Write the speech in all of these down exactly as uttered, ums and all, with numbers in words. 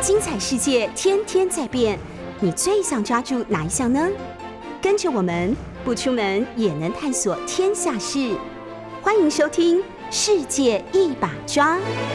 精彩世界天天在变，你最想抓住哪一项呢？跟着我们不出门也能探索天下事，欢迎收听《世界一把抓》。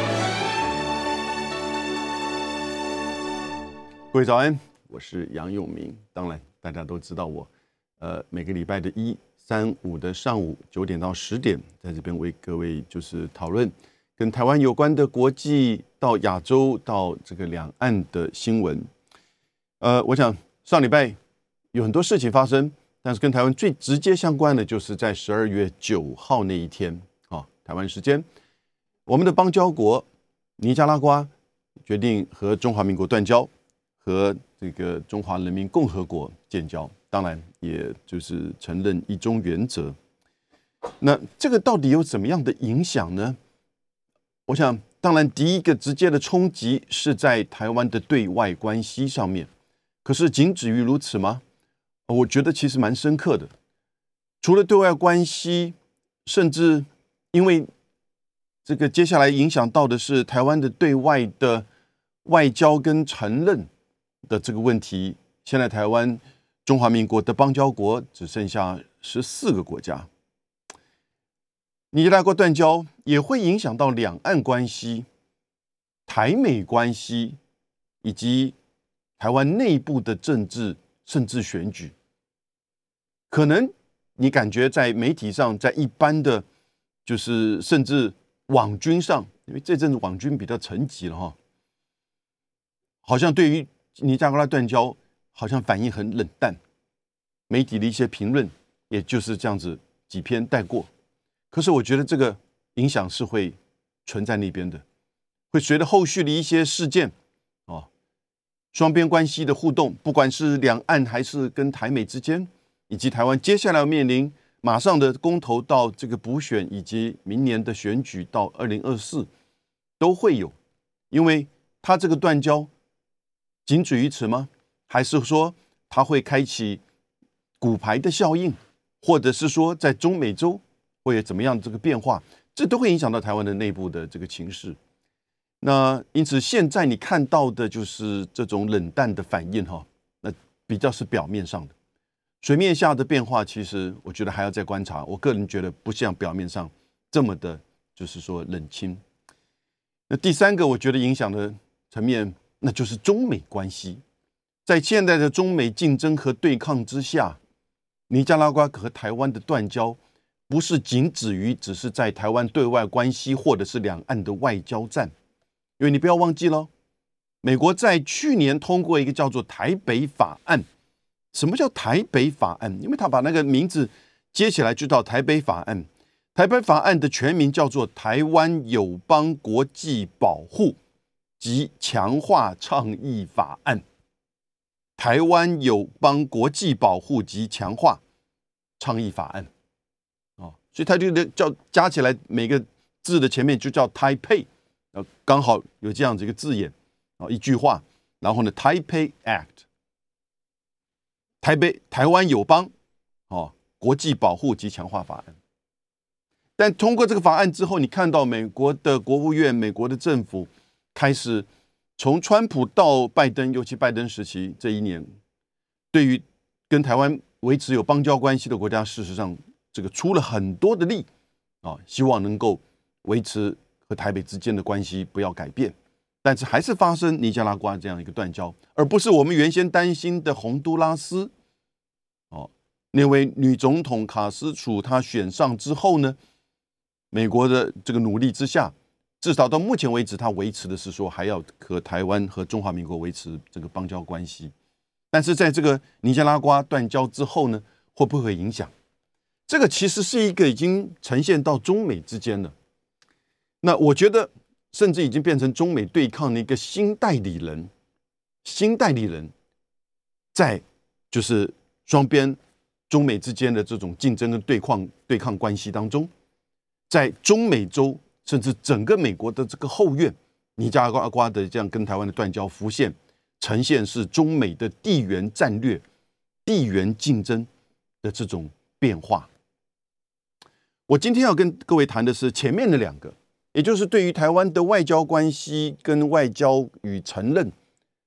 各位早安，我是杨永明。当然，大家都知道我，呃，每个礼拜的一、三、五的上午九点到十点，在这边为各位就是讨论跟台湾有关的国际到亚洲到这个两岸的新闻。呃，我想上礼拜有很多事情发生，但是跟台湾最直接相关的就是在十二月九号那一天，啊、哦，台湾时间，我们的邦交国尼加拉瓜决定和中华民国断交，和这个中华人民共和国建交，当然也就是承认一中原则。那这个到底有怎么样的影响呢？我想，当然第一个直接的冲击是在台湾的对外关系上面，可是仅止于如此吗？我觉得其实蛮深刻的。除了对外关系，甚至因为这个接下来影响到的是台湾的对外的外交跟承认的这个问题，现在台湾中华民国的邦交国只剩下十四个国家。尼加拉瓜断交也会影响到两岸关系、台美关系以及台湾内部的政治，甚至选举。可能你感觉在媒体上，在一般的就是甚至网军上，因为这阵子网军比较沉寂了哈，好像对于尼加拉瓜断交好像反应很冷淡，媒体的一些评论也就是这样子几篇带过。可是我觉得这个影响是会存在那边的，会随着后续的一些事件，哦，双边关系的互动，不管是两岸还是跟台美之间，以及台湾接下来要面临马上的公投到这个补选，以及明年的选举到二零二四，都会有。因为它这个断交仅止于此吗？还是说它会开启骨牌的效应，或者是说在中美洲会有怎么样这个变化，这都会影响到台湾的内部的这个情势。那因此现在你看到的就是这种冷淡的反应哈，那比较是表面上的，水面下的变化，其实我觉得还要再观察。我个人觉得不像表面上这么的，就是说冷清。那第三个我觉得影响的层面，那就是中美关系。在现在的中美竞争和对抗之下，尼加拉瓜和台湾的断交不是仅止于只是在台湾对外关系或者是两岸的外交战，因为你不要忘记了，美国在去年通过一个叫做台北法案。什么叫台北法案？因为他把那个名字接起来就叫台北法案。台北法案的全名叫做台湾友邦国际保护及强化倡议法案。台湾友邦国际保护及强化倡议法案。所以它就叫加起来每个字的前面就叫 Taipei， 刚好有这样子一个字眼，一句话，然后呢 Taipei Act， 台北台湾友邦国际保护及强化法案。但通过这个法案之后，你看到美国的国务院、美国的政府开始从川普到拜登，尤其拜登时期这一年，对于跟台湾维持有邦交关系的国家，事实上这个出了很多的力啊，希望能够维持和台北之间的关系不要改变，但是还是发生尼加拉瓜这样一个断交，而不是我们原先担心的洪都拉斯。哦，那位女总统卡斯楚她选上之后呢，美国的这个努力之下，至少到目前为止，她维持的是说还要和台湾和中华民国维持这个邦交关系。但是在这个尼加拉瓜断交之后呢，会不会影响？这个其实是一个已经呈现到中美之间了。那我觉得，甚至已经变成中美对抗的一个新代理人，新代理人，在就是双边中美之间的这种竞争跟对抗对抗关系当中，在中美洲甚至整个美国的这个后院，尼加拉瓜的这样跟台湾的断交浮现，呈现是中美的地缘战略、地缘竞争的这种变化。我今天要跟各位谈的是前面的两个，也就是对于台湾的外交关系跟外交与承认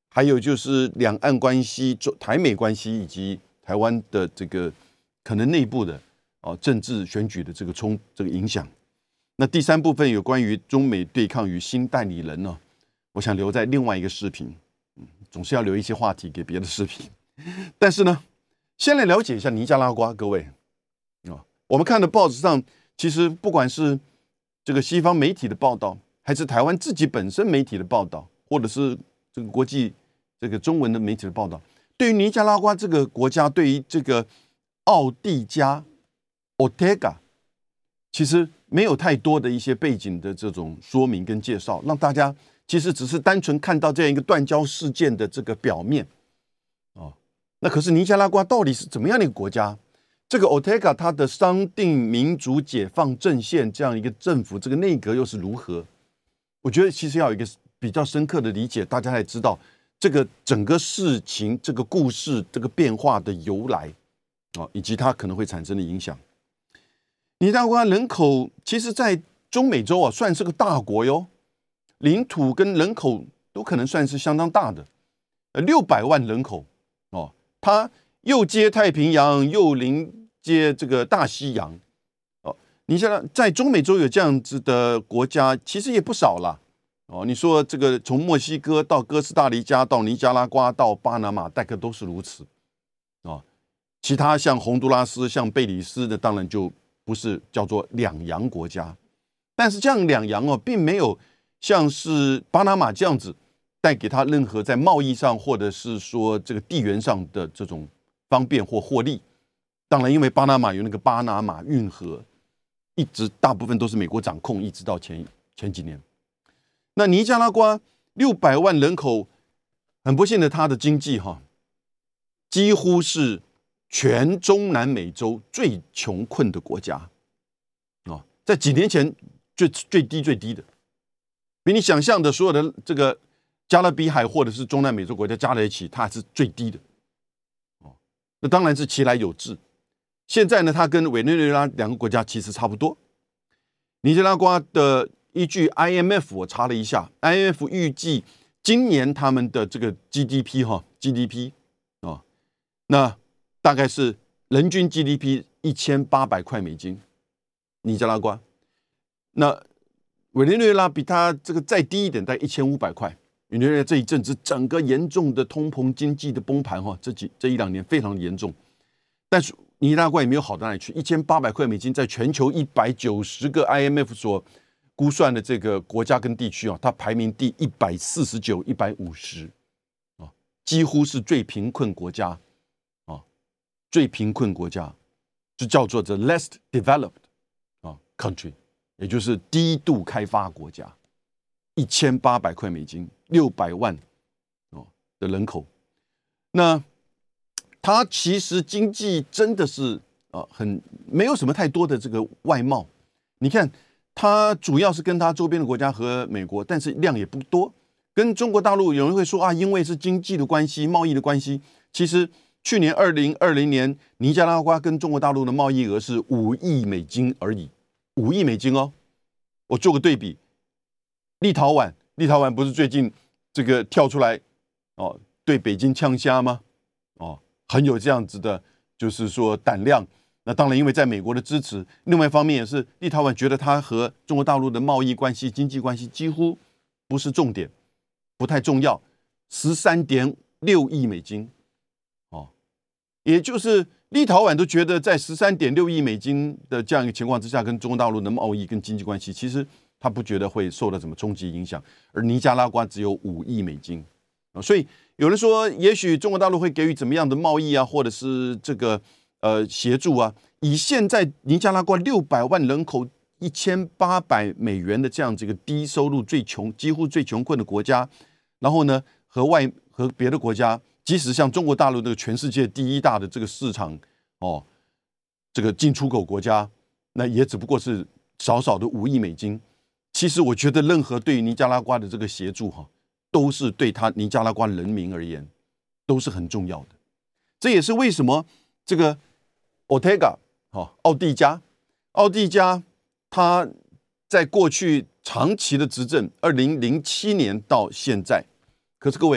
还有就是两岸关系、台美关系以及台湾的这个可能内部的哦政治选举的这个冲这个影响。那第三部分有关于中美对抗与新代理人呢，我想留在另外一个视频，嗯，总是要留一些话题给别的视频。但是呢，先来了解一下尼加拉瓜，各位啊，我们看的报纸上，其实不管是这个西方媒体的报道，还是台湾自己本身媒体的报道，或者是这个国际这个中文的媒体的报道，对于尼加拉瓜这个国家，对于这个奥蒂加 Ortega， 其实没有太多的一些背景的这种说明跟介绍，让大家其实只是单纯看到这样一个断交事件的这个表面。哦，那可是尼加拉瓜到底是怎么样的一个国家？这个 Ortega 他的商定民主解放阵线这样一个政府，这个内阁又是如何？我觉得其实要有一个比较深刻的理解，大家才知道这个整个事情、这个故事、这个变化的由来啊，以及它可能会产生的影响。尼加拉瓜人口其实在中美洲啊算是个大国哟，领土跟人口都可能算是相当大的，呃，六百万人口哦，它又接太平洋，又临接这个大西洋哦。你像在中美洲有这样子的国家，其实也不少啦哦。你说这个从墨西哥到哥斯达黎加到尼加拉瓜到巴拿马，大概都是如此哦。其他像洪都拉斯、像贝里斯的，当然就不是叫做两洋国家。但是这样两洋哦，并没有像是巴拿马这样子带给他任何在贸易上或者是说这个地缘上的这种方便或获利。当然，因为巴拿马有那个巴拿马运河，一直大部分都是美国掌控，一直到前前几年。那尼加拉瓜六百万人口，很不幸的，它的经济哈，几乎是全中南美洲最穷困的国家哦，在几年前最最低最低的，比你想象的所有的这个加勒比海或者是中南美洲国家加在一起，它还是最低的哦。那当然是其来有志。现在呢，它跟委内瑞拉两个国家其实差不多。尼加拉瓜的依据 I M F 我查了一下 ，I M F 预计今年他们的这个 G D P 哈 G D P 啊、哦，那大概是人均 G D P 一千八百块美金。尼加拉瓜，那委内瑞拉比它这个再低一点，大概一千五百块。委内瑞拉这一阵子整个严重的通膨经济的崩盘哈，这几这一两年非常严重，但是尼加拉瓜也没有好到哪里去，一千八百块美金，在全球一百九十个 I M F 所估算的这个国家跟地区啊，它排名第一百四十九、一百五十啊，几乎是最贫困国家啊，最贫困国家就叫做 the least developed 啊 country， 也就是低度开发国家，一千八百块美金，六百万哦的人口，那。它其实经济真的是呃很没有什么太多的这个外贸，你看它主要是跟它周边的国家和美国，但是量也不多。跟中国大陆有人会说啊，因为是经济的关系、贸易的关系，其实去年二零二零年尼加拉瓜跟中国大陆的贸易额是五亿美金而已，五亿美金哦。我做个对比，立陶宛，立陶宛不是最近这个跳出来哦对北京呛虾吗？哦。很有这样子的，就是说胆量。那当然，因为在美国的支持，另外一方面也是立陶宛觉得它和中国大陆的贸易关系、经济关系几乎不是重点，不太重要。十三点六亿美金，哦，也就是立陶宛都觉得在十三点六亿美金的这样一个情况之下，跟中国大陆的贸易跟经济关系，其实他不觉得会受到什么冲击影响。而尼加拉瓜只有五亿美金，所以。有人说，也许中国大陆会给予怎么样的贸易啊，或者是这个呃协助啊？以现在尼加拉瓜六百万人口、一千八百美元的这样这个低收入、最穷、几乎最穷困的国家，然后呢，和外和别的国家，即使像中国大陆这个全世界第一大的这个市场哦，这个进出口国家，那也只不过是少少的五亿美金。其实我觉得，任何对于尼加拉瓜的这个协助哈。都是对他尼加拉瓜人民而言都是很重要的，这也是为什么这个 Ortega 哈奥蒂加奥蒂加他在过去长期的执政，二零零七年到现在，可是各位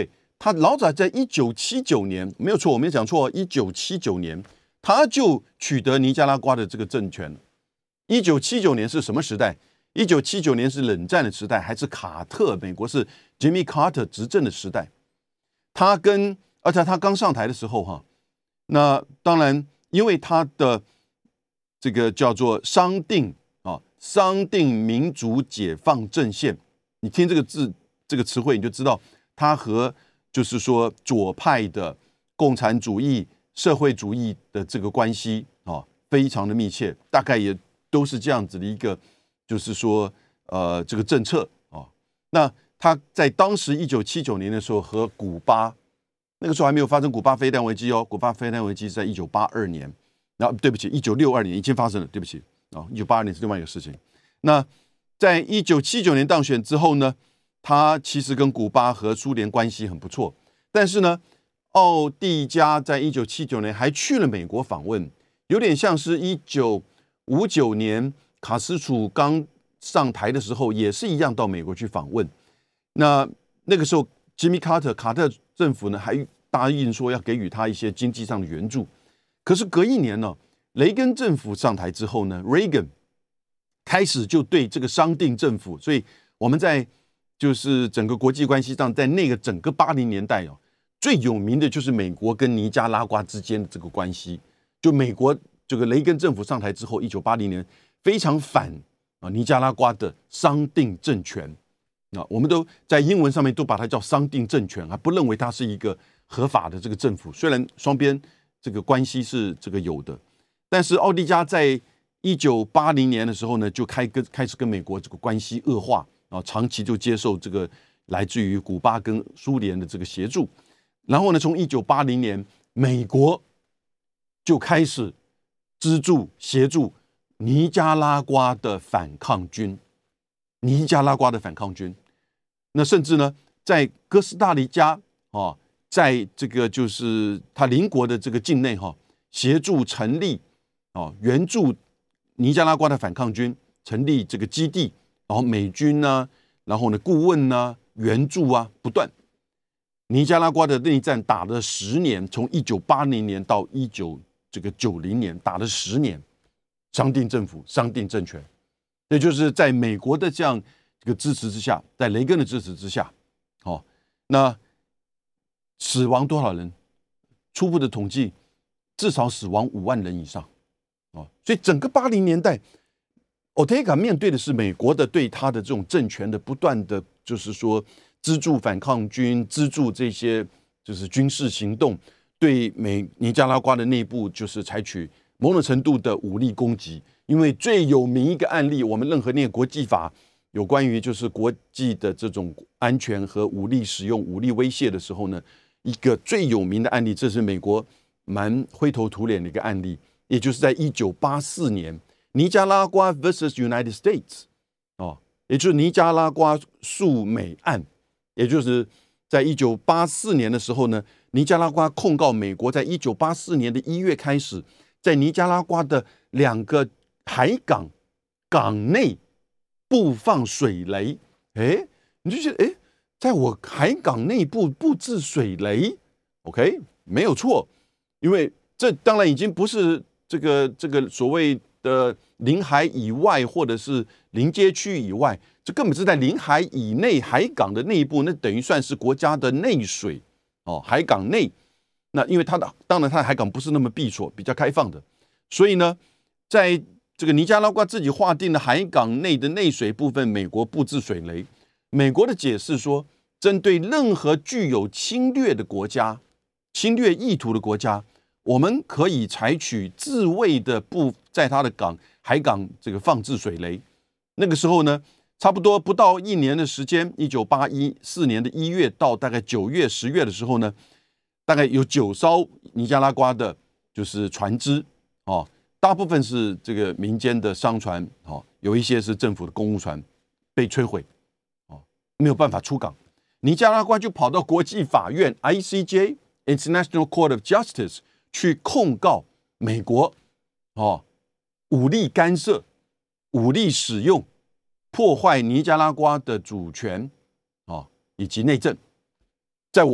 他老早在一九七九年没有错，我没有讲错，一九七九年他就取得尼加拉瓜的这个政权。一九七九年是什么时代？一九七九年是冷战的时代，还是卡特美国是 Jimmy Carter 执政的时代？他跟而且他刚上台的时候哈，那当然因为他的这个叫做商定啊，商定民主解放阵线，你听这个字这个词汇你就知道，他和就是说左派的共产主义、社会主义的这个关系啊，非常的密切，大概也都是这样子的一个，就是说呃这个政策啊。那他在当时一九七九年的时候和古巴，那个时候还没有发生古巴飞弹危机哦，古巴飞弹危机是在一九八二年，然后对不起，一九六二年已经发生了，对不起啊，一九八二年是另外一个事情。那在一九七九年当选之后呢，他其实跟古巴和苏联关系很不错，但是呢，奥蒂加在一九七九年还去了美国访问，有点像是一九五九年卡斯楚刚上台的时候也是一样到美国去访问。那那个时候 Jimmy Carter 卡特政府呢还答应说要给予他一些经济上的援助，可是隔一年呢，雷根政府上台之后呢 ，Reagan 开始就对这个商定政府，所以我们在就是整个国际关系上，在那个整个八零年代哦，最有名的就是美国跟尼加拉瓜之间的这个关系。就美国这个雷根政府上台之后，一九八零年非常反啊尼加拉瓜的商定政权啊，我们都在英文上面都把它叫商定政权，还不认为它是一个合法的这个政府。虽然双边这个关系是这个有的，但是奥蒂加在一九八零年的时候呢，就开跟开始跟美国这个关系恶化啊，长期就接受这个来自于古巴跟苏联的这个协助。然后呢，从一九八零年，美国就开始资助协助尼加拉瓜的反抗军，尼加拉瓜的反抗军。那甚至呢，在哥斯达黎加啊，在这个就是他邻国的这个境内哈，协助成立啊，援助尼加拉瓜的反抗军成立这个基地，然后美军呢、啊，然后呢顾问呢、啊，援助啊不断。尼加拉瓜的内战打了十年，从一九八零年到一九这个九零年打了十年，商定政府、商定政权，也就是在美国的这样这个支持之下，在雷根的支持之下，哦，那死亡多少人？初步的统计，至少死亡五万人以上，哦，所以整个八零年代，奥特加面对的是美国的对他的这种政权的不断的，就是说。资助反抗军，资助这些就是军事行动，对美尼加拉瓜的内部就是采取某种程度的武力攻击。因为最有名一个案例，我们任何念国际法有关于就是国际的这种安全和武力使用、武力威胁的时候呢，一个最有名的案例，这是美国蛮灰头土脸的一个案例，也就是在一九八四年尼加拉瓜 versus United States 哦，也就是尼加拉瓜诉美案。也就是在一九八四年的时候呢，尼加拉瓜控告美国，在一九八四年的一月开始，在尼加拉瓜的两个海港港内布放水雷。哎，你就觉得，哎，在我海港内部布置水雷 ，OK， 没有错，因为这当然已经不是这个这个所谓的临海以外，或者是临街区以外。这根本是在临海以内海港的内部，那等于算是国家的内水哦，海港内。那因为它的当然它的海港不是那么闭锁，比较开放的，所以呢，在这个尼加拉瓜自己划定的海港内的内水部分，美国布置水雷。美国的解释说，针对任何具有侵略的国家、侵略意图的国家，我们可以采取自卫的布在它的港海港这个放置水雷。那个时候呢。差不多不到一年的时间，一九八四年的一月到大概九月、十月的时候呢，大概有九艘尼加拉瓜的，就是船只哦，大部分是这个民间的商船哦，有一些是政府的公务船被摧毁哦，没有办法出港。尼加拉瓜就跑到国际法院 I C J International Court of Justice 去控告美国哦，武力干涉、武力使用。破坏尼加拉瓜的主权啊，以及内政，在我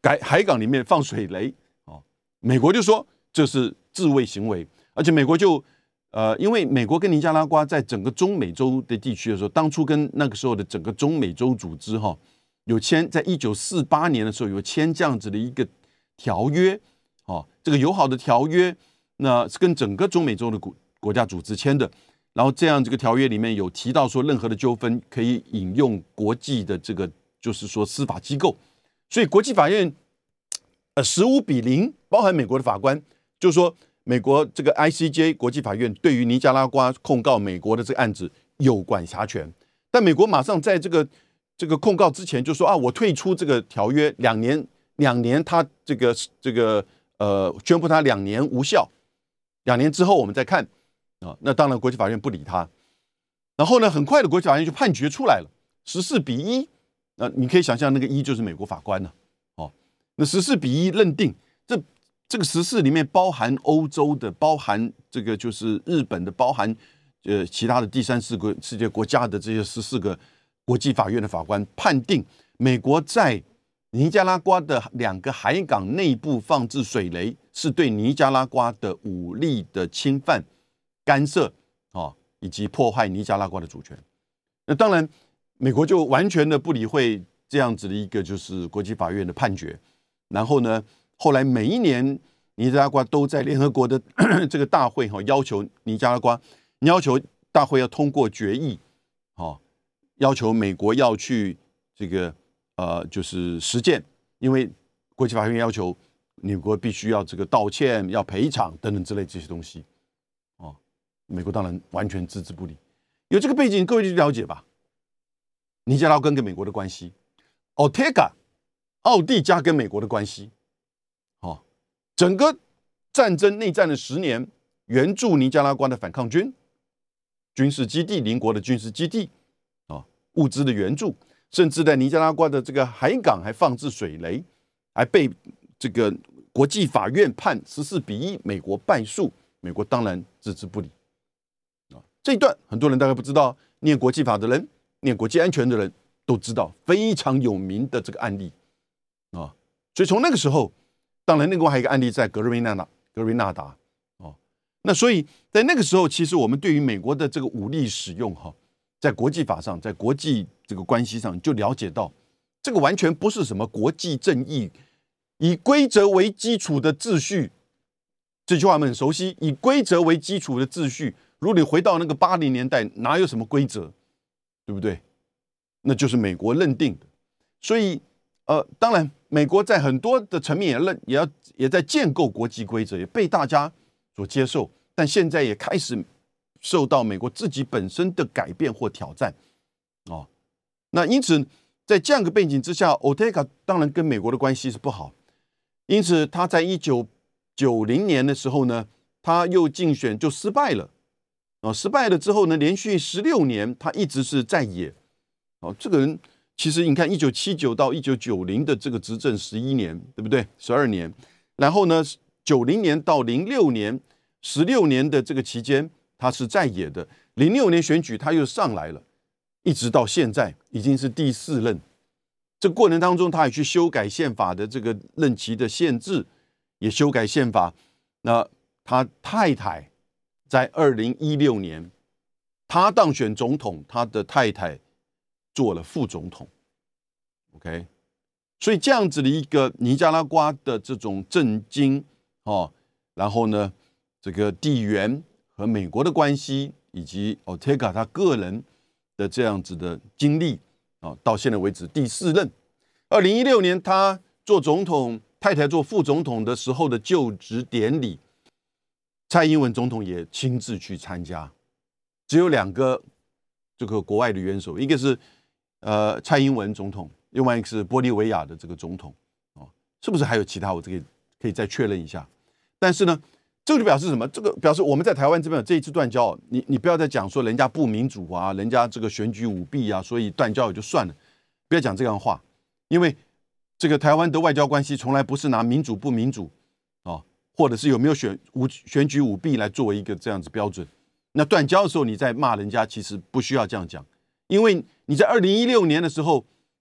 海海港里面放水雷，哦，美国就说这是自卫行为，而且美国就呃，因为美国跟尼加拉瓜在整个中美洲的地区的时候，当初跟那个时候的整个中美洲组织哈、哦、有签，在一九四八年的时候有签这样子的一个条约，哦，这个友好的条约，那是跟整个中美洲的国国家组织签的。然后这样这个条约里面有提到说，任何的纠纷可以引用国际的这个就是说司法机构，所以国际法院呃十五比零，包含美国的法官，就是说美国这个 I C J 国际法院对于尼加拉瓜控告美国的这个案子有管辖权，但美国马上在这个这个控告之前就说啊，我退出这个条约两年，两年他这个这个呃宣布他两年无效，两年之后我们再看。啊，那当然，国际法院不理他。然后呢，很快的，国际法院就判决出来了，十四比一。那你可以想象，那个一就是美国法官了。哦，那十四比一认定，这这个十四里面包含欧洲的，包含这个就是日本的，包含呃其他的第三世界世界国家的这些十四个国际法院的法官判定，美国在尼加拉瓜的两个海港内部放置水雷，是对尼加拉瓜的武力的侵犯。干涉啊，以及破坏尼加拉瓜的主权。那当然，美国就完全的不理会这样子的一个就是国际法院的判决。然后呢，后来每一年尼加拉瓜都在联合国的这个大会哈，要求尼加拉瓜要求大会要通过决议，哈，要求美国要去这个呃就是实践，因为国际法院要求美国必须要这个道歉、要赔偿等等之类这些东西。美国当然完全置之不理。有这个背景，各位就了解吧。尼加拉瓜跟美国的关系 ，Ortega 奥蒂加跟美国的关系，哦，整个战争内战的十年，援助尼加拉瓜的反抗军、军事基地、邻国的军事基地，啊、哦，物资的援助，甚至在尼加拉瓜的这个海港还放置水雷，还被这个国际法院判十四比一，美国败诉，美国当然置之不理。这一段很多人大概不知道，念国际法的人、念国际安全的人都知道非常有名的这个案例啊。所以从那个时候，当然另外还有一个案例在格瑞纳达，格瑞纳达哦。那所以在那个时候，其实我们对于美国的这个武力使用哈，在国际法上，在国际这个关系上就了解到，这个完全不是什么国际正义，以规则为基础的秩序。这句话我们很熟悉，以规则为基础的秩序。如果你回到那个八零年代，哪有什么规则，对不对？那就是美国认定的。所以，呃，当然，美国在很多的层面也认，也要也在建构国际规则，也被大家所接受。但现在也开始受到美国自己本身的改变或挑战，哦。那因此，在这样一个背景之下 ，Ortega 当然跟美国的关系是不好。因此，他在一九九零年的时候呢，他又竞选就失败了。哦，失败了之后呢，连续十六年他一直是在野。哦，这个人其实你看，一九七九到一九九零的这个执政十一年，对不对？十二年。然后呢，九零年到零六年，十六年的这个期间，他是在野的。零六年选举他又上来了，一直到现在已经是第四任。这个过程当中，他也去修改宪法的这个任期的限制，也修改宪法。那他太太。在二零一六年，他当选总统，他的太太做了副总统。OK， 所以这样子的一个尼加拉瓜的这种政经哦，然后呢，这个地缘和美国的关系，以及 Ortega 他个人的这样子的经历啊、哦，到现在为止第四任。二零一六年他做总统，太太做副总统的时候的就职典礼。蔡英文总统也亲自去参加，只有两个这个国外的元首，一个是呃蔡英文总统，另外一个是玻利维亚的这个总统，哦，是不是还有其他？我这个可以再确认一下。但是呢，这个就表示什么？这个表示我们在台湾这边有这一次断交，你你不要再讲说人家不民主啊，人家这个选举舞弊啊，所以断交也就算了，不要讲这样的话，因为这个台湾的外交关系从来不是拿民主不民主哦。或者是有没有选舞选举舞弊来作为一个这样子标准？那断交的时候，你在骂人家，其实不需要这样讲，因为你在二零一六年的时候，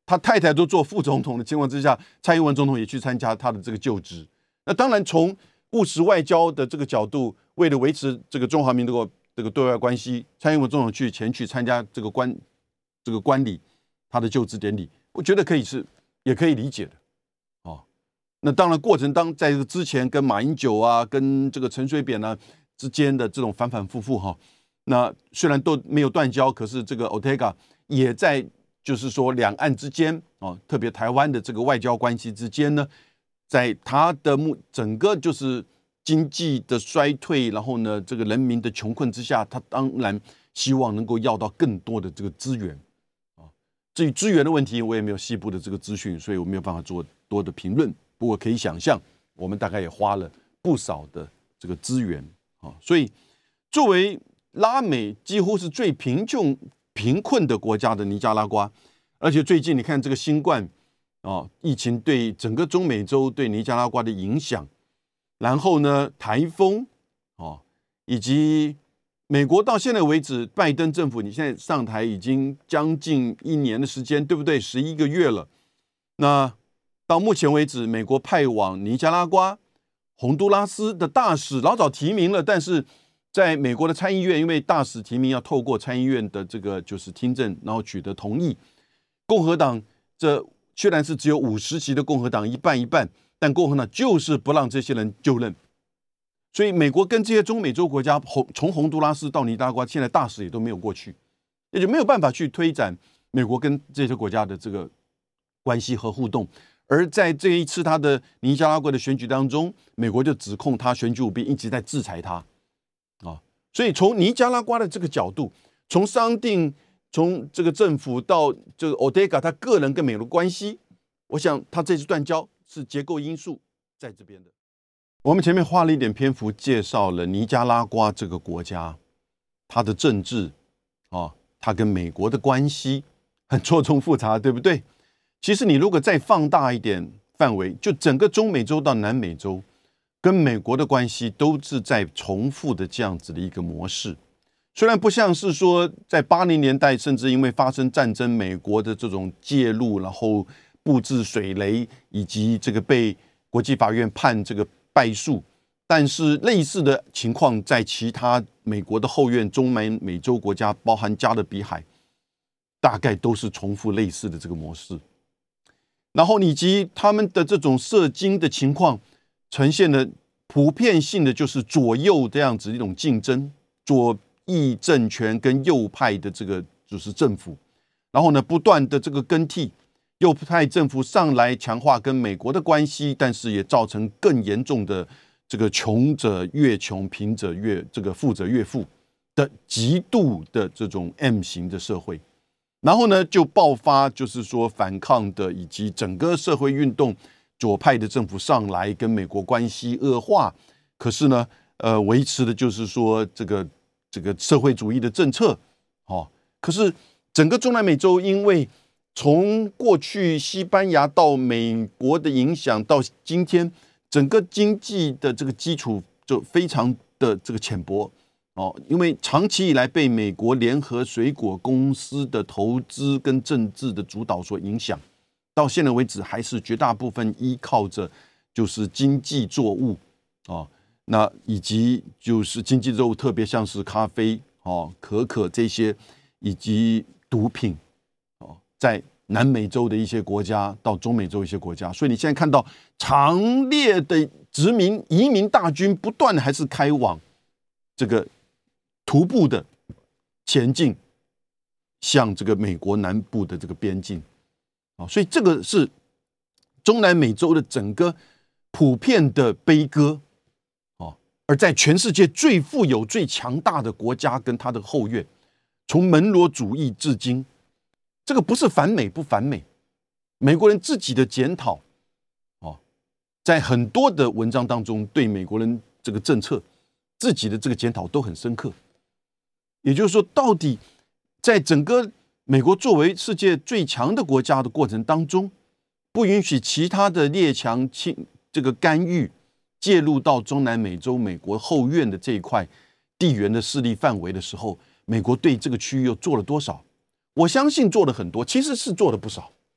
他太太都做副总统的情况之下，蔡英文总统也去参加他的这个就职。那当然，从务实外交的这个角度，为了维持这个中华民国这个对外关系，蔡英文总统去前去参加这个官这个观礼，他的就职典礼，我觉得可以是也可以理解的。哦，那当然过程当在这个之前跟马英九啊，跟这个陈水扁啊之间的这种反反复复哈，那虽然都没有断交，可是这个 Ortega 也在就是说两岸之间哦，特别台湾的这个外交关系之间呢，在他的目整个就是经济的衰退，然后呢这个人民的穷困之下，他当然希望能够要到更多的这个资源啊。至于资源的问题，我也没有细部的这个资讯，所以我没有办法做多的评论。不过可以想象，我们大概也花了不少的这个资源啊。所以作为拉美几乎是最贫穷贫困的国家的尼加拉瓜，而且最近你看这个新冠啊疫情对整个中美洲对尼加拉瓜的影响，然后呢台风啊，以及美国到现在为止，拜登政府你现在上台已经将近一年的时间，对不对？十一个月了。那到目前为止，美国派往尼加拉瓜、洪都拉斯的大使老早提名了，但是在美国的参议院，因为大使提名要透过参议院的这个就是听证，然后取得同意。共和党这虽然是只有五十席的共和党一半一半，但共和党就是不让这些人就任。所以美国跟这些中美洲国家，从洪都拉斯到尼加拉瓜，现在大使也都没有过去，也就没有办法去推展美国跟这些国家的这个关系和互动。而在这一次他的尼加拉瓜的选举当中，美国就指控他选举舞弊，一直在制裁他啊。所以从尼加拉瓜的这个角度，从商定，从这个政府到这个 Ortega 他个人跟美国的关系，我想他这次断交是结构因素在这边的。我们前面花了一点篇幅介绍了尼加拉瓜这个国家，它的政治啊，它跟美国的关系很错综复杂，对不对？其实你如果再放大一点范围，就整个中美洲到南美洲，跟美国的关系都是在重复的这样子的一个模式。虽然不像是说在八零年代，甚至因为发生战争，美国的这种介入，然后布置水雷，以及这个被国际法院判这个败诉，但是类似的情况在其他美国的后院中南美洲国家，包含加勒比海，大概都是重复类似的这个模式。然后以及他们的这种社经的情况，呈现了普遍性的就是左右这样子一种竞争，左翼政权跟右派的这个就是政府，然后呢不断的这个更替，右派政府上来强化跟美国的关系，但是也造成更严重的这个穷者越穷，贫者越这个富者越富的极度的这种 M 型的社会。然后呢，就爆发就是说反抗的，以及整个社会运动，左派的政府上来跟美国关系恶化，可是呢，呃，维持的就是说这个这个社会主义的政策，哦，可是整个中南美洲，因为从过去西班牙到美国的影响，到今天整个经济的这个基础就非常的这个浅薄。哦，因为长期以来被美国联合水果公司的投资跟政治的主导所影响，到现在为止还是绝大部分依靠着就是经济作物哦，那以及就是经济作物，特别像是咖啡哦、可可这些，以及毒品哦，在南美洲的一些国家到中美洲一些国家，所以你现在看到强烈的殖民移民大军不断还是开往这个。徒步的前进，向这个美国南部的这个边境，啊，所以这个是中南美洲的整个普遍的悲歌，啊，而在全世界最富有、最强大的国家跟它的后院，从门罗主义至今，这个不是反美不反美，美国人自己的检讨，啊，在很多的文章当中对美国人这个政策自己的这个检讨都很深刻。也就是说，到底在整个美国作为世界最强的国家的过程当中，不允许其他的列强侵这个干预介入到中南美洲美国后院的这一块地缘的势力范围的时候，美国对这个区域又做了多少？我相信做了很多，其实是做了不少。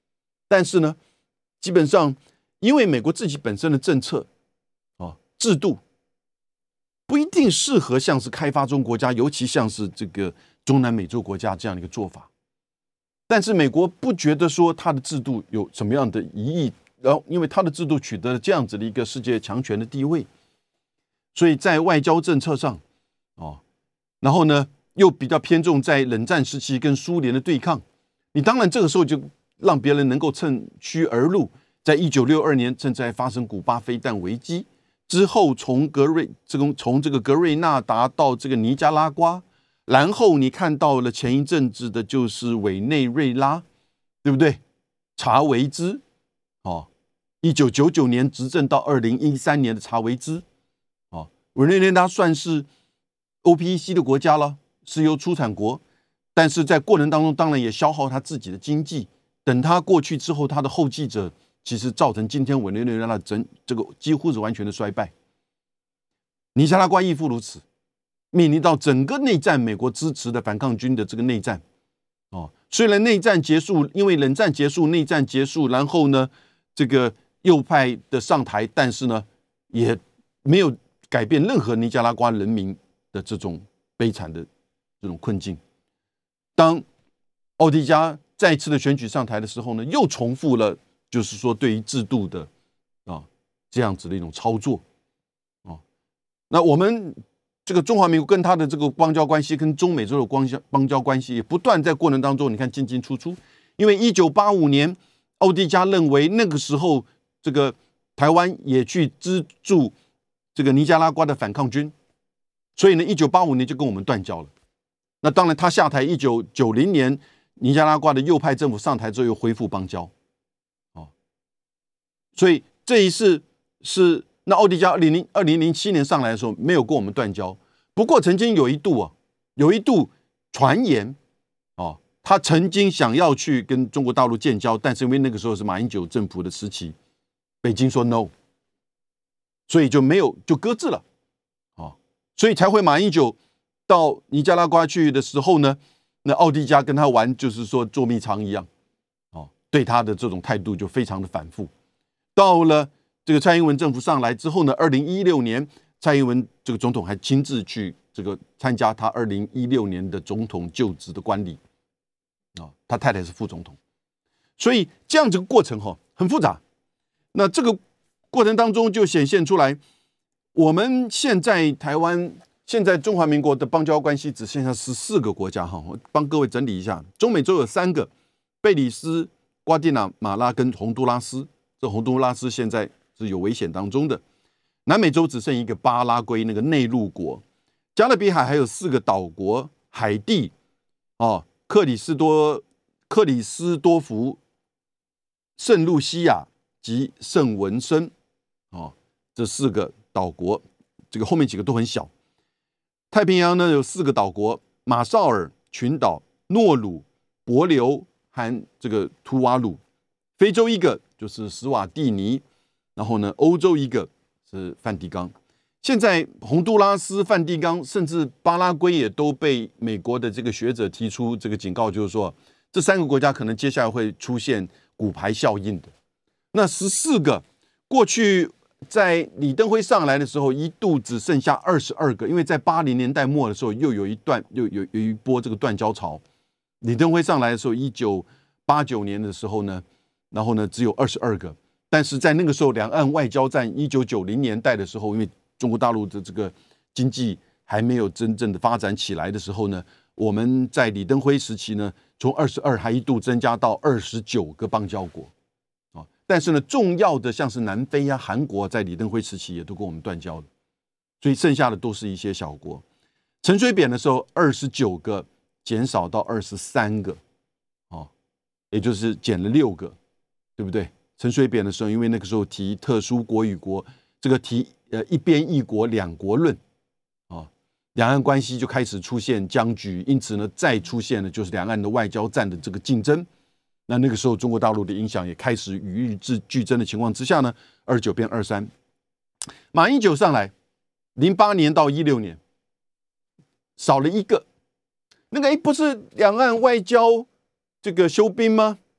但是呢，基本上因为美国自己本身的政策啊制度不一定适合像是开发中国家，尤其像是这个中南美洲国家这样的一个做法。但是美国不觉得说它的制度有什么样的疑义，然后因为它的制度取得了这样子的一个世界强权的地位，所以在外交政策上，哦，然后呢又比较偏重在冷战时期跟苏联的对抗，你当然这个时候就让别人能够趁虚而入。在一九六二年，甚至还发生古巴飞弹危机之后，从格瑞这个从这个格瑞纳达到这个尼加拉瓜。然后你看到了前一阵子的就是委内瑞拉，对不对？查韦兹，哦，一九九九年执政到二零一三年的查韦兹，哦，委内瑞拉算是 O P E C 的国家了，石油出产国，但是在过程当中当然也消耗他自己的经济。等他过去之后，他的后继者其实造成今天委内瑞拉的整这个几乎是完全的衰败。尼加拉瓜亦复如此。面临到整个内战，美国支持的反抗军的这个内战，哦，虽然内战结束，因为冷战结束，内战结束，然后呢，这个右派的上台，但是呢，也没有改变任何尼加拉瓜人民的这种悲惨的这种困境。当奥迪加再次的选举上台的时候呢，又重复了，就是说对于制度的啊这样子的一种操作，哦，那我们。这个中华民国跟他的这个邦交关系，跟中美洲的邦交邦交关系，也不断在过程当中，你看进进出出。因为一九八五年，奥迪加认为那个时候，这个台湾也去资助这个尼加拉瓜的反抗军，所以呢，一九八五年就跟我们断交了。那当然，他下台，一九九零年，尼加拉瓜的右派政府上台之后又恢复邦交，哦，所以这一次是。那奥迪加二零二零零七年上来的时候，没有跟我们断交。不过曾经有一度啊，有一度传言哦，他曾经想要去跟中国大陆建交，但是因为那个时候是马英九政府的时期，北京说 no， 所以就没有就搁置了，哦，所以才会马英九到尼加拉瓜去的时候呢，那奥迪加跟他玩就是说捉迷藏一样，哦，对他的这种态度就非常的反复。到了这个蔡英文政府上来之后呢，二零一六年蔡英文这个总统还亲自去这个参加他二零一六年的总统就职的观礼，啊、哦，他太太是副总统，所以这样这个过程哈、哦、很复杂。那这个过程当中就显现出来，我们现在台湾现在中华民国的邦交关系只剩下十四个国家哈，我帮各位整理一下，中美洲有三个，贝里斯、瓜地马拉跟洪都拉斯，这洪都拉斯现在是有危险当中的。南美洲只剩一个巴拉圭那个内陆国，加勒比海还有四个岛国，海地、哦、克里斯多、克里斯多福、圣露西亚及圣文森，哦，这四个岛国，这个后面几个都很小。太平洋呢有四个岛国，马绍尔群岛、诺鲁、帛琉和这个图瓦鲁。非洲一个就是史瓦蒂尼，然后呢，欧洲一个是梵蒂冈。现在洪都拉斯、梵蒂冈，甚至巴拉圭也都被美国的这个学者提出这个警告，就是说这三个国家可能接下来会出现骨牌效应的。那十四个，过去在李登辉上来的时候，一度只剩下二十二个，因为在八零年代末的时候，又有一段又有有一波这个断交潮。李登辉上来的时候，一九八九年的时候呢，然后呢只有二十二个。但是在那个时候，两岸外交战一九九零年代的时候，因为中国大陆的这个经济还没有真正的发展起来的时候呢，我们在李登辉时期呢，从二十二还一度增加到二十九个邦交国啊。但是呢，重要的像是南非啊、韩国，在李登辉时期也都跟我们断交了，所以剩下的都是一些小国。陈水扁的时候，二十九个减少到二十三个，啊，也就是减了六个，对不对？陈水扁的时候，因为那个时候提特殊国与国，这个提呃一边一国两国论啊，两岸关系就开始出现僵局，因此呢，再出现的就是两岸的外交战的这个竞争。那那个时候，中国大陆的影响也开始与日俱增的情况之下呢，二十九变二三。马英九上来，零八年到一六年少了一个，那个哎不是两岸外交这个休兵吗？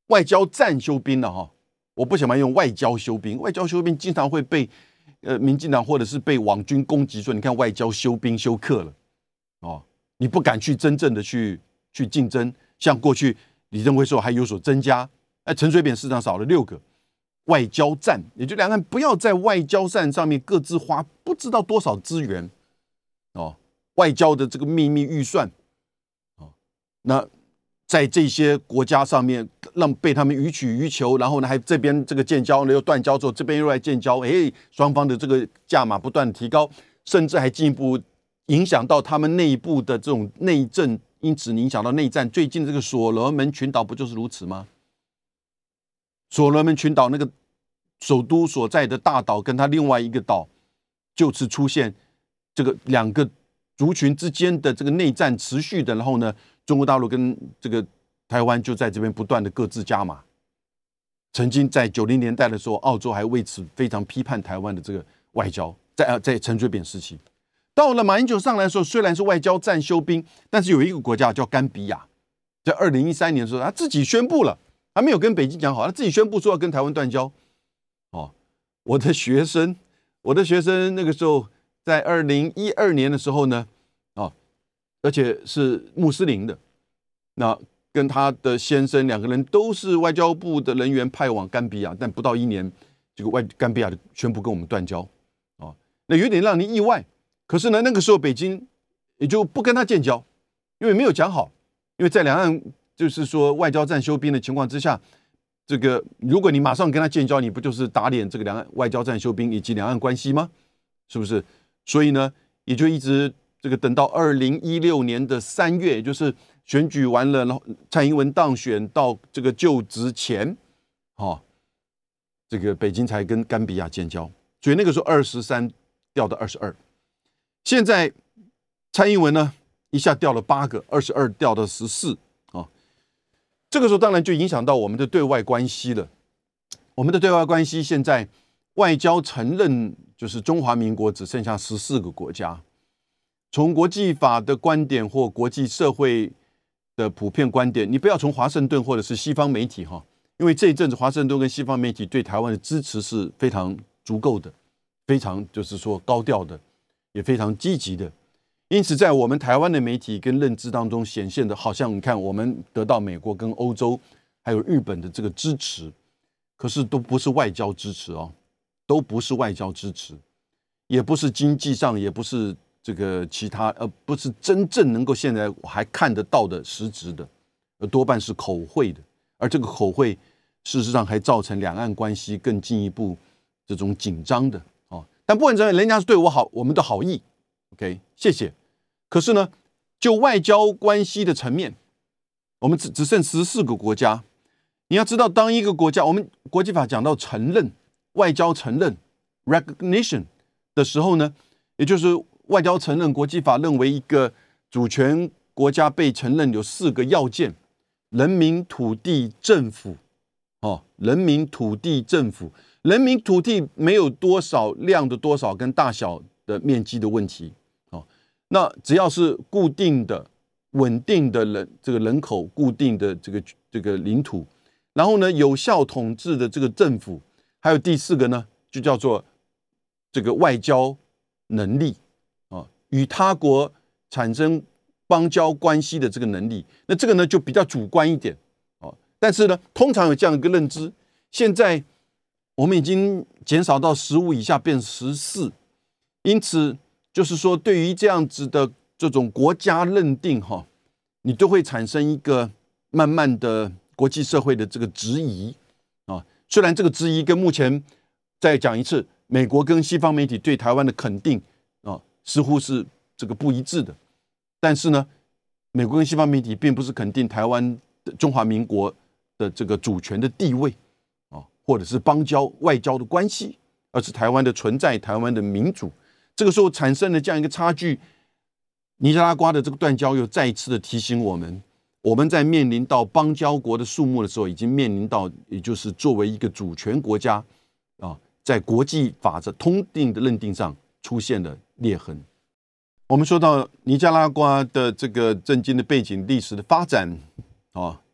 外交战休兵了哈，我不想把它用外交休兵，外交休兵经常会被呃民进党或者是被网军攻击说，你看外交休兵休克了哦，你不敢去真正的去去竞争，像过去李登辉说还有所增加，哎，陈水扁市长少了六个。外交战，也就两岸不要在外交战上面各自花不知道多少资源哦，外交的这个秘密预算哦，那在这些国家上面让被他们予取予求，然后呢还这边这个建交呢又断交之后，这边又来建交，哎，双方的这个价码不断的提高，甚至还进一步影响到他们内部的这种内政，因此影响到内战。最近这个所罗门群岛不就是如此吗？所罗门群岛那个首都所在的大岛跟它另外一个岛，就是出现这个两个族群之间的这个内战持续的，然后呢，中国大陆跟这个台湾就在这边不断的各自加码。曾经在九零年代的时候，澳洲还为此非常批判台湾的这个外交，在在陈水扁时期，到了马英九上来的时候，虽然是外交战休兵，但是有一个国家叫甘比亚，在二零一三年的时候，他自己宣布了。还没有跟北京讲好，他自己宣布说要跟台湾断交。哦，我的学生，我的学生那个时候在二零一二年的时候呢，哦，而且是穆斯林的，那跟他的先生两个人都是外交部的人员派往甘比亚，但不到一年，这个外甘比亚宣布跟我们断交。哦，那有点让人意外。可是呢，那个时候北京也就不跟他建交，因为没有讲好，因为在两岸。就是说，外交战休兵的情况之下，这个如果你马上跟他建交，你不就是打脸这个两岸外交战休兵以及两岸关系吗？是不是？所以呢，也就一直这个等到二零一六年的三月，也就是选举完了，然后蔡英文当选到这个就职前，哦，这个北京才跟甘比亚建交。所以那个时候二十三掉到二十二，现在蔡英文呢一下掉了八个，二十二掉到十四。这个时候当然就影响到我们的对外关系了。我们的对外关系现在外交承认就是中华民国只剩下十四个国家。从国际法的观点或国际社会的普遍观点，你不要从华盛顿或者是西方媒体哈，因为这一阵子华盛顿跟西方媒体对台湾的支持是非常足够的，非常就是说高调的，也非常积极的。因此，在我们台湾的媒体跟认知当中显现的，好像你看我们得到美国跟欧洲还有日本的这个支持，可是都不是外交支持哦，都不是外交支持，也不是经济上，也不是这个其他，呃，不是真正能够现在我还看得到的实质的，而多半是口惠的，而这个口惠事实上还造成两岸关系更进一步这种紧张的哦。但不管怎么样，人家是对我好，我们的好意 ，OK， 谢谢。可是呢，就外交关系的层面，我们只只剩十四个国家。你要知道，当一个国家，我们国际法讲到承认、外交承认 （recognition） 的时候呢，也就是外交承认，国际法认为一个主权国家被承认有四个要件：人民、土地、政府。哦，人民、土地、政府，人民、土地没有多少量的多少跟大小的面积的问题。那只要是固定的、稳定的人，这个人口固定的这个这个领土，然后呢，有效统治的这个政府，还有第四个呢，就叫做这个外交能力啊，与他国产生邦交关系的这个能力。那这个呢，就比较主观一点啊。但是呢，通常有这样一个认知，现在我们已经减少到十五以下，变十四，因此。就是说，对于这样子的这种国家认定哈，你都会产生一个慢慢的国际社会的这个质疑啊。虽然这个质疑跟目前再讲一次，美国跟西方媒体对台湾的肯定啊，似乎是这个不一致的。但是呢，美国跟西方媒体并不是肯定台湾的中华民国的这个主权的地位啊，或者是邦交外交的关系，而是台湾的存在，台湾的民主。这个时候产生了这样一个差距，尼加拉瓜的这个断交又再一次的提醒我们，我们在面临到邦交国的数目的时候，已经面临到，也就是作为一个主权国家啊，在国际法则通定的认定上出现了裂痕。我们说到尼加拉瓜的这个政经的背景、历史的发展啊，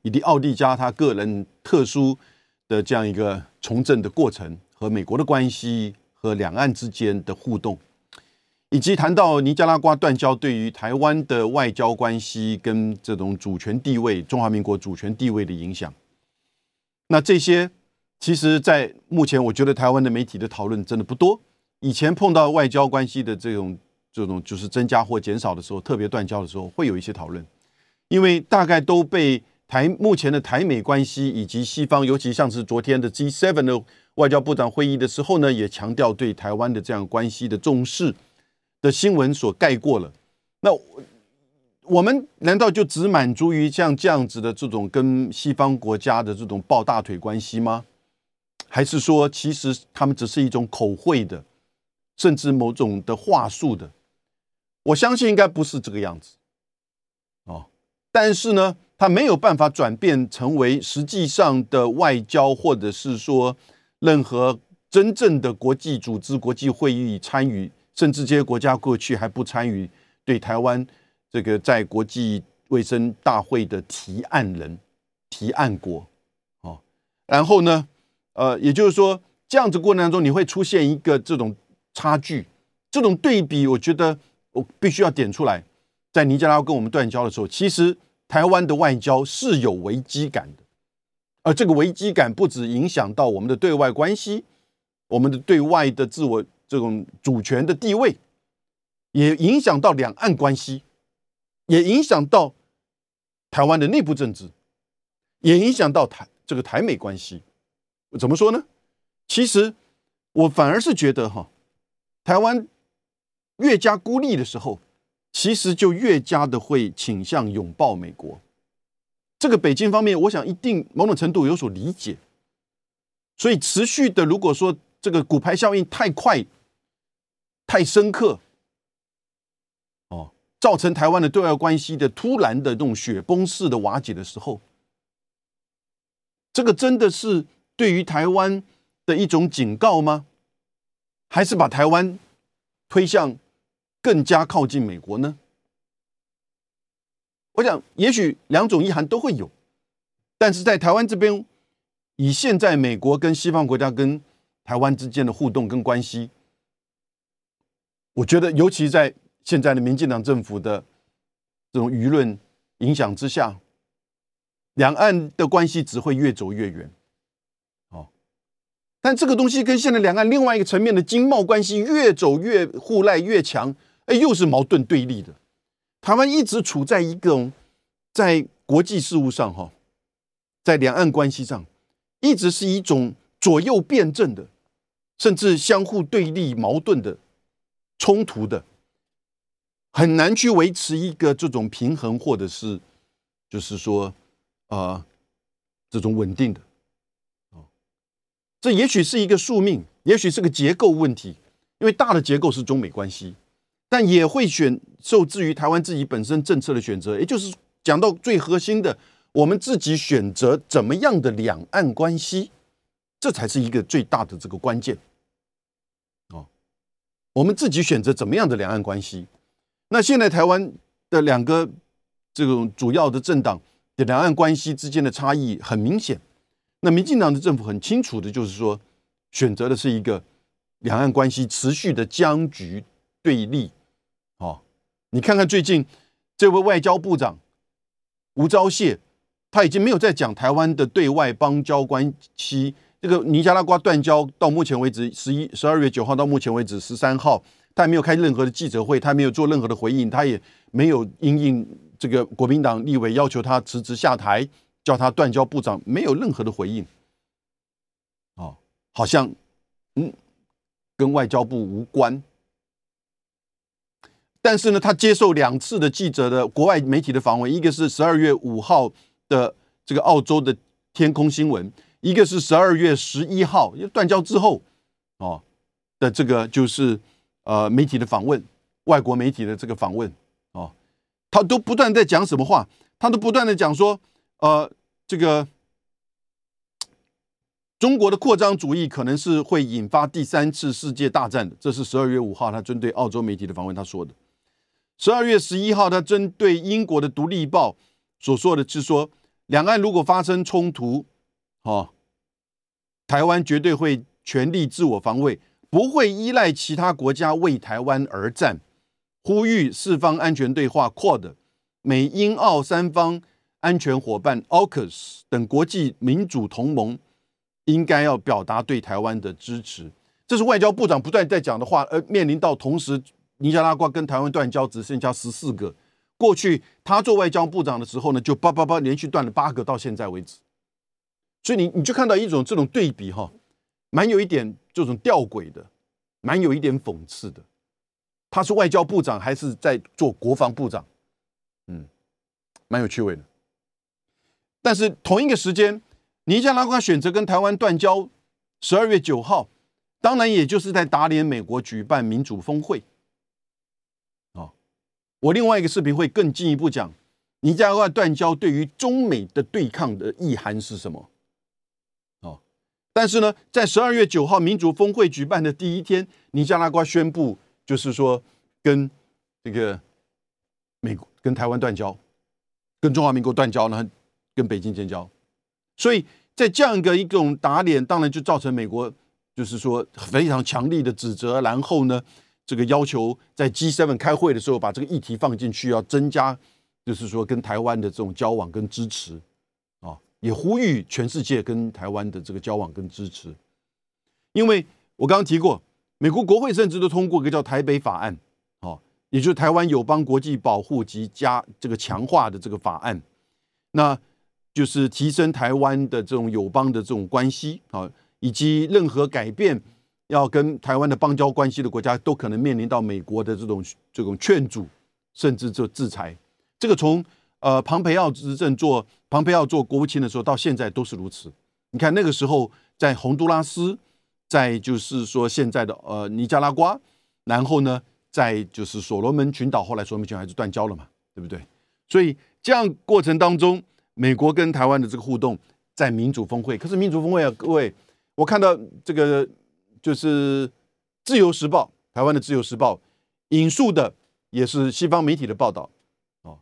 以及奥蒂加他个人特殊的这样一个从政的过程和美国的关系和两岸之间的互动，以及谈到尼加拉瓜断交对于台湾的外交关系跟这种主权地位、中华民国主权地位的影响。那这些其实在目前我觉得台湾的媒体的讨论真的不多。以前碰到外交关系的这种这种就是增加或减少的时候，特别断交的时候会有一些讨论，因为大概都被台目前的台美关系以及西方，尤其像是昨天的 G 七 的外交部长会议的时候呢，也强调对台湾的这样关系的重视的新闻所盖过了。那我们难道就只满足于像这样子的这种跟西方国家的这种抱大腿关系吗？还是说其实他们只是一种口惠的，甚至某种的话术的？我相信应该不是这个样子哦。但是呢，它没有办法转变成为实际上的外交，或者是说任何真正的国际组织、国际会议参与，甚至这些国家过去还不参与对台湾这个在国际卫生大会的提案人、提案国哦。然后呢，呃，也就是说，这样子过程当中，你会出现一个这种差距，这种对比，我觉得我必须要点出来。在尼加拉瓜跟我们断交的时候，其实台湾的外交是有危机感的，而这个危机感不只影响到我们的对外关系，我们的对外的自我这种主权的地位，也影响到两岸关系，也影响到台湾的内部政治，也影响到台这个台美关系。怎么说呢？其实我反而是觉得哈，台湾越加孤立的时候，其实就越加的会倾向拥抱美国。这个北京方面，我想一定某种程度有所理解。所以持续的，如果说这个骨牌效应太快、太深刻，哦，造成台湾的对外关系的突然的这种雪崩式的瓦解的时候，这个真的是对于台湾的一种警告吗？还是把台湾推向更加靠近美国呢？我想也许两种意涵都会有，但是在台湾这边，以现在美国跟西方国家跟台湾之间的互动跟关系，我觉得尤其在现在的民进党政府的这种舆论影响之下，两岸的关系只会越走越远。哦，但这个东西跟现在两岸另外一个层面的经贸关系越走越互赖越强，哎，又是矛盾对立的。台湾一直处在一个在国际事务上哈，在两岸关系上，一直是一种左右辩证的，甚至相互对立、矛盾的、冲突的，很难去维持一个这种平衡，或者是就是说，呃，这种稳定的。哦，这也许是一个宿命，也许是个结构问题，因为大的结构是中美关系。但也会选受制于台湾自己本身政策的选择，也就是讲到最核心的，我们自己选择怎么样的两岸关系，这才是一个最大的这个关键。哦，我们自己选择怎么样的两岸关系。那现在台湾的两个这种主要的政党的两岸关系之间的差异很明显。那民进党的政府很清楚的就是说，选择的是一个两岸关系持续的僵局对立。哦，你看看最近这位外交部长吴钊燮，他已经没有在讲台湾的对外邦交关系。这个尼加拉瓜断交到目前为止，十一十二月九号到目前为止十三号，他也没有开任何的记者会，他没有做任何的回应，他也没有因应这个国民党立委要求他辞职下台，叫他断交部长，没有任何的回应。哦，好像嗯跟外交部无关。但是呢，他接受两次的记者的国外媒体的访问，一个是十二月五号的这个澳洲的天空新闻，一个是十二月十一号，因为断交之后哦的这个就是呃媒体的访问，外国媒体的这个访问哦，他都不断在讲什么话？他都不断的讲说，呃，这个中国的扩张主义可能是会引发第三次世界大战的。这是十二月五号他针对澳洲媒体的访问他说的。十二月十一号，他针对英国的《独立报》所说的是说， 两岸如果发生冲突，哦，台湾绝对会全力自我防卫，不会依赖其他国家为台湾而战。呼吁四方安全对话 Quad、美英澳三方安全伙伴 A U K U S 等国际民主同盟应该要表达对台湾的支持。这是外交部长不断在讲的话，而面临到同时尼加拉瓜跟台湾断交只剩下十四个。过去他做外交部长的时候呢，就叭叭叭连续断了八个，到现在为止。所以你你就看到一种这种对比哈，蛮有一点这种吊诡的，蛮有一点讽刺的。他是外交部长还是在做国防部长？嗯，蛮有趣味的。但是同一个时间，尼加拉瓜选择跟台湾断交，十二月九号，当然也就是在打脸美国举办民主峰会。我另外一个视频会更进一步讲尼加拉瓜断交对于中美的对抗的意涵是什么。哦，但是呢，在十二月九号民主峰会举办的第一天，尼加拉瓜宣布就是说跟这个美国跟台湾断交，跟中华民国断交，然后跟北京建交。所以在这样一个一种打脸，当然就造成美国就是说非常强力的指责，然后呢，这个要求在 G 七 开会的时候把这个议题放进去，要增加就是说跟台湾的这种交往跟支持啊，也呼吁全世界跟台湾的这个交往跟支持。因为我刚刚提过，美国国会甚至都通过一个叫台北法案，哦，也就是台湾友邦国际保护及加这个强化的这个法案，那就是提升台湾的这种友邦的这种关系啊，以及任何改变要跟台湾的邦交关系的国家，都可能面临到美国的这种这种劝阻，甚至这制裁。这个从呃庞培奥执政做庞培奥做国务卿的时候，到现在都是如此。你看那个时候在洪都拉斯，在就是说现在的呃尼加拉瓜，然后呢，在就是所罗门群岛，后来所罗门群岛还是断交了嘛，对不对？所以这样过程当中，美国跟台湾的这个互动，在民主峰会，可是民主峰会啊，各位，我看到这个。就是《自由时报》，台湾的《自由时报》引述的也是西方媒体的报道。哦，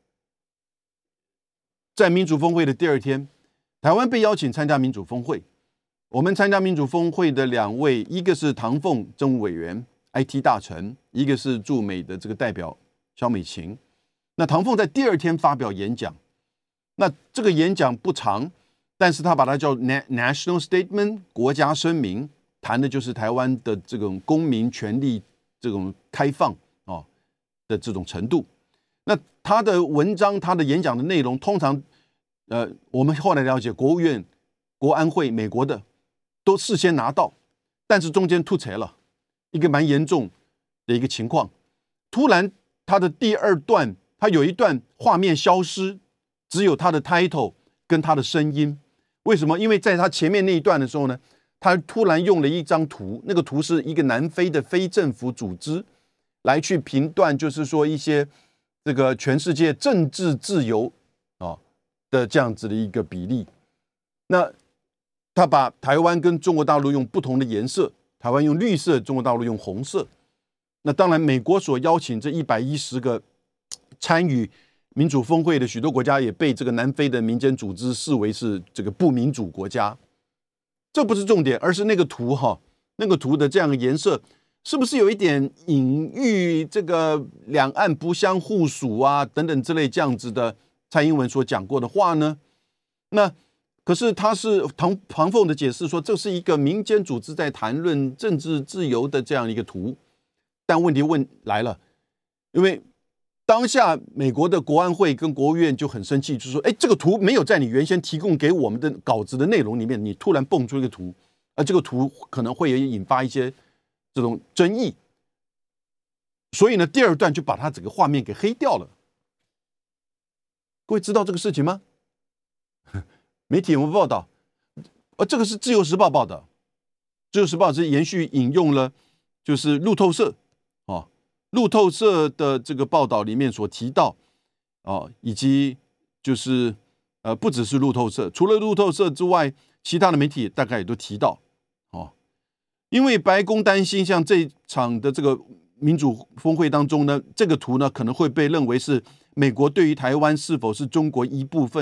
在民主峰会的第二天，台湾被邀请参加民主峰会。我们参加民主峰会的两位，一个是唐凤政务委员 I T 大臣，一个是驻美的这个代表萧美琴。那唐凤在第二天发表演讲，那这个演讲不长，但是他把它叫 National Statement 国家声明。谈的就是台湾的这种公民权利这种开放啊的这种程度。那他的文章、他的演讲的内容，通常呃，我们后来了解，国务院、国安会、美国的都事先拿到，但是中间突裁了一个蛮严重的一个情况。突然，他的第二段，他有一段画面消失，只有他的 title 跟他的声音。为什么？因为在他前面那一段的时候呢，他突然用了一张图，那个图是一个南非的非政府组织来去评断，就是说一些这个全世界政治自由啊的这样子的一个比例。那他把台湾跟中国大陆用不同的颜色，台湾用绿色，中国大陆用红色。那当然，美国所邀请这一百一十个参与民主峰会的许多国家，也被这个南非的民间组织视为是这个不民主国家。这不是重点，而是那个图哈，那个图的这样的颜色，是不是有一点隐喻这个两岸不相互属啊等等之类这样子的蔡英文所讲过的话呢？那可是他是唐唐凤的解释说，这是一个民间组织在谈论政治自由的这样一个图。但问题问来了，因为当下美国的国安会跟国务院就很生气，就说：“哎，这个图没有在你原先提供给我们的稿子的内容里面，你突然蹦出一个图，而这个图可能会引发一些这种争议。”所以呢，第二段就把它整个画面给黑掉了。各位知道这个事情吗？媒体有没有报道？而这个是《自由时报》报的，《自由时报》是延续引用了就是路透社哦。路透社的这个报道里面所提到，哦，以及就是呃，不只是路透社，除了路透社之外，其他的媒体大概也都提到，哦，因为白宫担心，像这场的这个民主峰会当中呢，这个图呢可能会被认为是美国对于台湾是否是中国一部分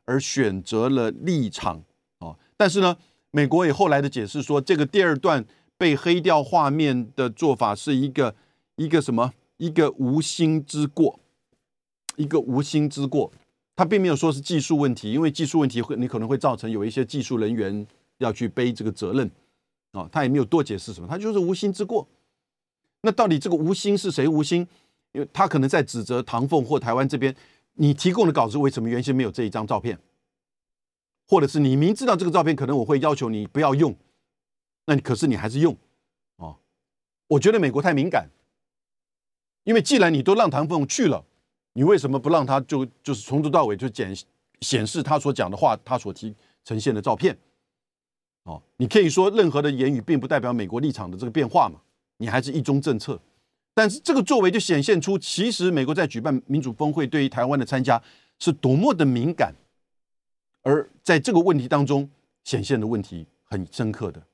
而选择了立场哦。但是呢，美国也后来的解释说，这个第二段被黑掉画面的做法是一个一个什么？一个无心之过，一个无心之过。他并没有说是技术问题，因为技术问题会你可能会造成有一些技术人员要去背这个责任啊、哦。他也没有多解释什么，他就是无心之过。那到底这个无心是谁无心？因为他可能在指责唐凤或台湾这边，你提供的稿子为什么原先没有这一张照片？或者是你明知道这个照片可能我会要求你不要用，那你可是你还是用哦。我觉得美国太敏感，因为既然你都让唐凤去了，你为什么不让他就就是从头到尾就显显示他所讲的话，他所提呈现的照片？哦，你可以说任何的言语并不代表美国立场的这个变化嘛，你还是一中政策。但是这个作为就显现出，其实美国在举办民主峰会对于台湾的参加是多么的敏感，而在这个问题当中显现的问题很深刻的。